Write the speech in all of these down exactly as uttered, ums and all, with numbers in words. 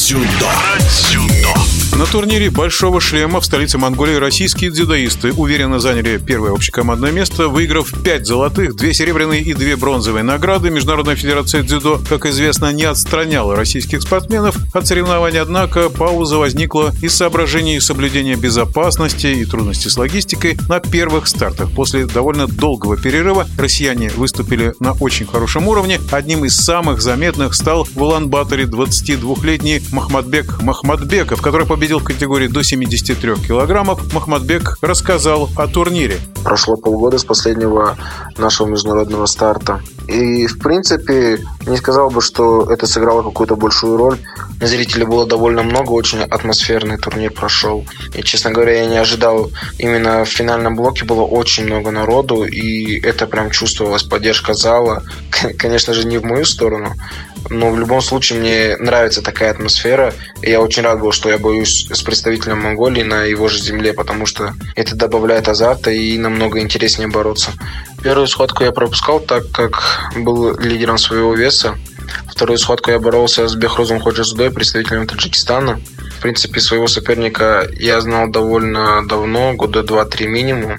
Дзюдо. На турнире «Большого шлема» в столице Монголии российские дзюдоисты уверенно заняли первое общекомандное место, выиграв пять золотых, две серебряные и две бронзовые награды. Международная федерация дзюдо, как известно, не отстраняла российских спортсменов от соревнований, однако пауза возникла из соображений соблюдения безопасности и трудностей с логистикой на первых стартах. После довольно долгого перерыва россияне выступили на очень хорошем уровне. Одним из самых заметных стал в Улан-Баторе двадцатидвухлетний Махмадбек Махмадбеков, который победил в категории до семидесяти трёх килограммов. Махмадбек рассказал о турнире. Прошло полгода с последнего нашего международного старта. И, в принципе, не сказал бы, что это сыграло какую-то большую роль. Зрителей было довольно много, очень атмосферный турнир прошел. И, честно говоря, я не ожидал. Именно в финальном блоке было очень много народу, и это прям чувствовалась поддержка зала. Конечно же, не в мою сторону, но в любом случае мне нравится такая атмосфера. И я очень рад был, что я боюсь с представителем Монголии на его же земле, потому что это добавляет азарта и намного интереснее бороться. Первую схватку я пропускал, так как был лидером своего веса. Вторую схватку я боролся с Бехрузом Ходжазудой, представителем Таджикистана. В принципе, своего соперника я знал довольно давно, года два-три минимум.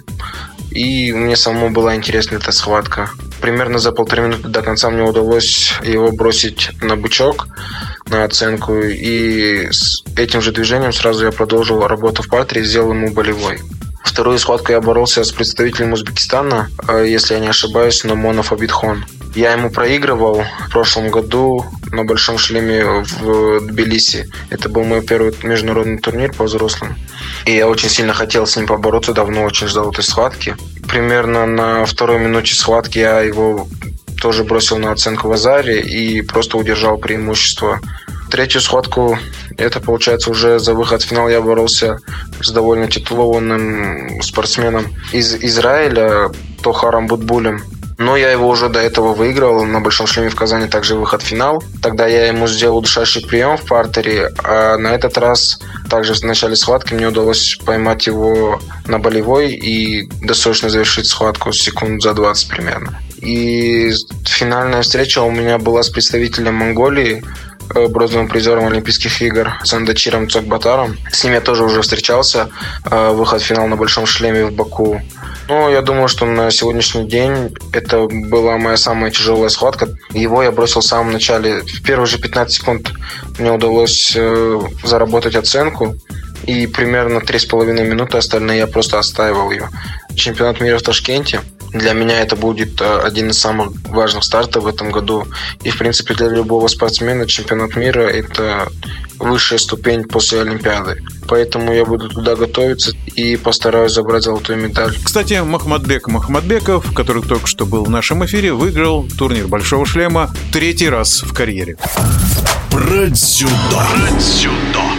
И мне самому была интересна эта схватка. Примерно за полторы минуты до конца мне удалось его бросить на бычок, на оценку. И с этим же движением сразу я продолжил работу в партере и сделал ему болевой. Вторую схватку я боролся с представителем Узбекистана, если я не ошибаюсь, Номонов Абидхон. Я ему проигрывал в прошлом году на Большом шлеме в Тбилиси. Это был мой первый международный турнир по взрослым. И я очень сильно хотел с ним побороться, давно очень ждал этой схватки. Примерно на второй минуте схватки я его тоже бросил на оценку в азаре и просто удержал преимущество. Третью схватку, это получается уже за выход в финал, я боролся с довольно титулованным спортсменом из Израиля Тохаром Бутбулем. Но я его уже до этого выиграл на Большом шлеме в Казани, также выход в финал. Тогда я ему сделал удушающий прием в партере, а на этот раз также в начале схватки мне удалось поймать его на болевой и досрочно завершить схватку секунд за двадцать примерно. И финальная встреча у меня была с представителем Монголии, бронзовым призером Олимпийских игр Сандачиром Цокбатаром. С ним я тоже уже встречался. Выход в финал на Большом шлеме в Баку. Но я думаю, что на сегодняшний день это была моя самая тяжелая схватка. Его я бросил в самом начале. В первые же пятнадцать секунд мне удалось заработать оценку. И примерно три с половиной минуты остальные я просто отстаивал ее. Чемпионат мира в Ташкенте. Для меня это будет один из самых важных стартов в этом году. И, в принципе, для любого спортсмена чемпионат мира – это высшая ступень после Олимпиады. Поэтому я буду туда готовиться и постараюсь забрать золотую медаль. Кстати, Махмадбек Махмадбеков, который только что был в нашем эфире, выиграл турнир «Большого шлема» третий раз в карьере. Про дзюдо. Про дзюдо.